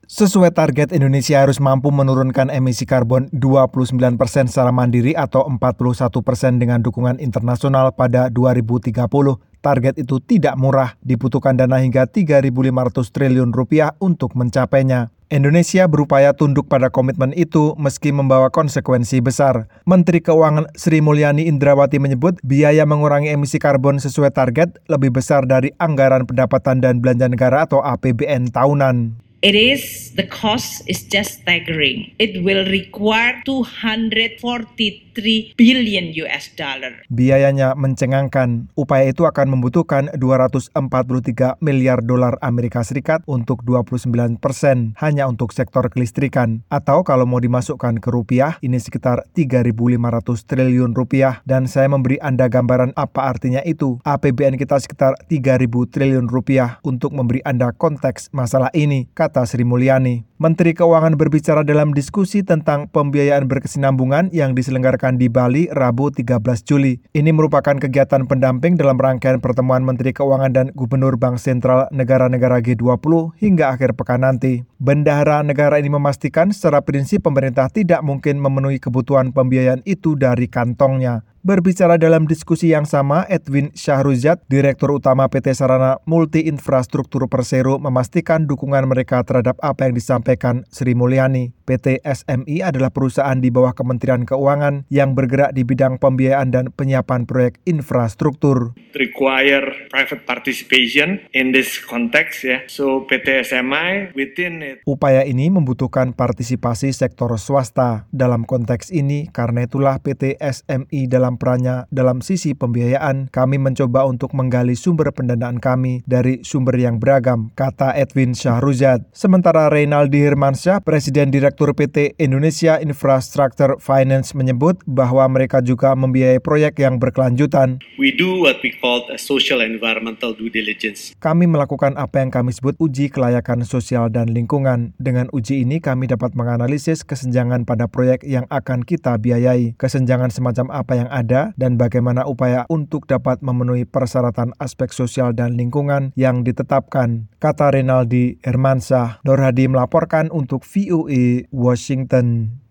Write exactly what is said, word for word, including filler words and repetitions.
Sesuai target, Indonesia harus mampu menurunkan emisi karbon dua puluh sembilan persen secara mandiri atau empat puluh satu persen dengan dukungan internasional pada dua ribu tiga puluh. Target itu tidak murah, dibutuhkan dana hingga tiga ribu lima ratus triliun rupiah untuk mencapainya. Indonesia berupaya tunduk pada komitmen itu meski membawa konsekuensi besar. Menteri Keuangan Sri Mulyani Indrawati menyebut biaya mengurangi emisi karbon sesuai target lebih besar dari anggaran pendapatan dan belanja negara atau A P B N tahunan. It is, the cost is just staggering. It will require two hundred forty-three billion U S dollar. Biayanya mencengangkan. Upaya itu akan membutuhkan dua ratus empat puluh tiga miliar dolar Amerika Serikat untuk dua puluh sembilan persen hanya untuk sektor kelistrikan. Atau kalau mau dimasukkan ke rupiah, ini sekitar tiga ribu lima ratus triliun rupiah. Dan saya memberi Anda gambaran apa artinya itu. A P B N kita sekitar tiga ribu triliun rupiah untuk memberi Anda konteks masalah ini, kata Sri Mulyani. Menteri Keuangan berbicara dalam diskusi tentang pembiayaan berkesinambungan yang diselenggarakan di Bali Rabu tiga belas Juli. Ini merupakan kegiatan pendamping dalam rangkaian pertemuan Menteri Keuangan dan Gubernur Bank Sentral negara-negara G dua puluh hingga akhir pekan nanti. Bendahara negara ini memastikan secara prinsip pemerintah tidak mungkin memenuhi kebutuhan pembiayaan itu dari kantongnya. Berbicara dalam diskusi yang sama, Edwin Syahruzad, Direktur Utama P T Sarana Multi Infrastruktur Persero, memastikan dukungan mereka terhadap apa yang disampaikan Sri Mulyani. P T S M I adalah perusahaan di bawah Kementerian Keuangan yang bergerak di bidang pembiayaan dan penyiapan proyek infrastruktur. Require private participation in this context, ya. So P T S M I within it. Upaya ini membutuhkan partisipasi sektor swasta. Dalam konteks ini, karena itulah P T S M I dalam perannya dalam sisi pembiayaan, kami mencoba untuk menggali sumber pendanaan kami dari sumber yang beragam, kata Edwin Syahruzad. Sementara Reynaldi Hermansyah, Presiden Direktur P T Indonesia Infrastructure Finance, menyebut bahwa mereka juga membiayai proyek yang berkelanjutan. We do what we call a social and environmental due diligence. Kami melakukan apa yang kami sebut uji kelayakan sosial dan lingkungan. Dengan uji ini kami dapat menganalisis kesenjangan pada proyek yang akan kita biayai. Kesenjangan semacam apa yang ada dan bagaimana upaya untuk dapat memenuhi persyaratan aspek sosial dan lingkungan yang ditetapkan, kata Reynaldi Hermansyah. Nur Hadi melaporkan untuk V O A Washington.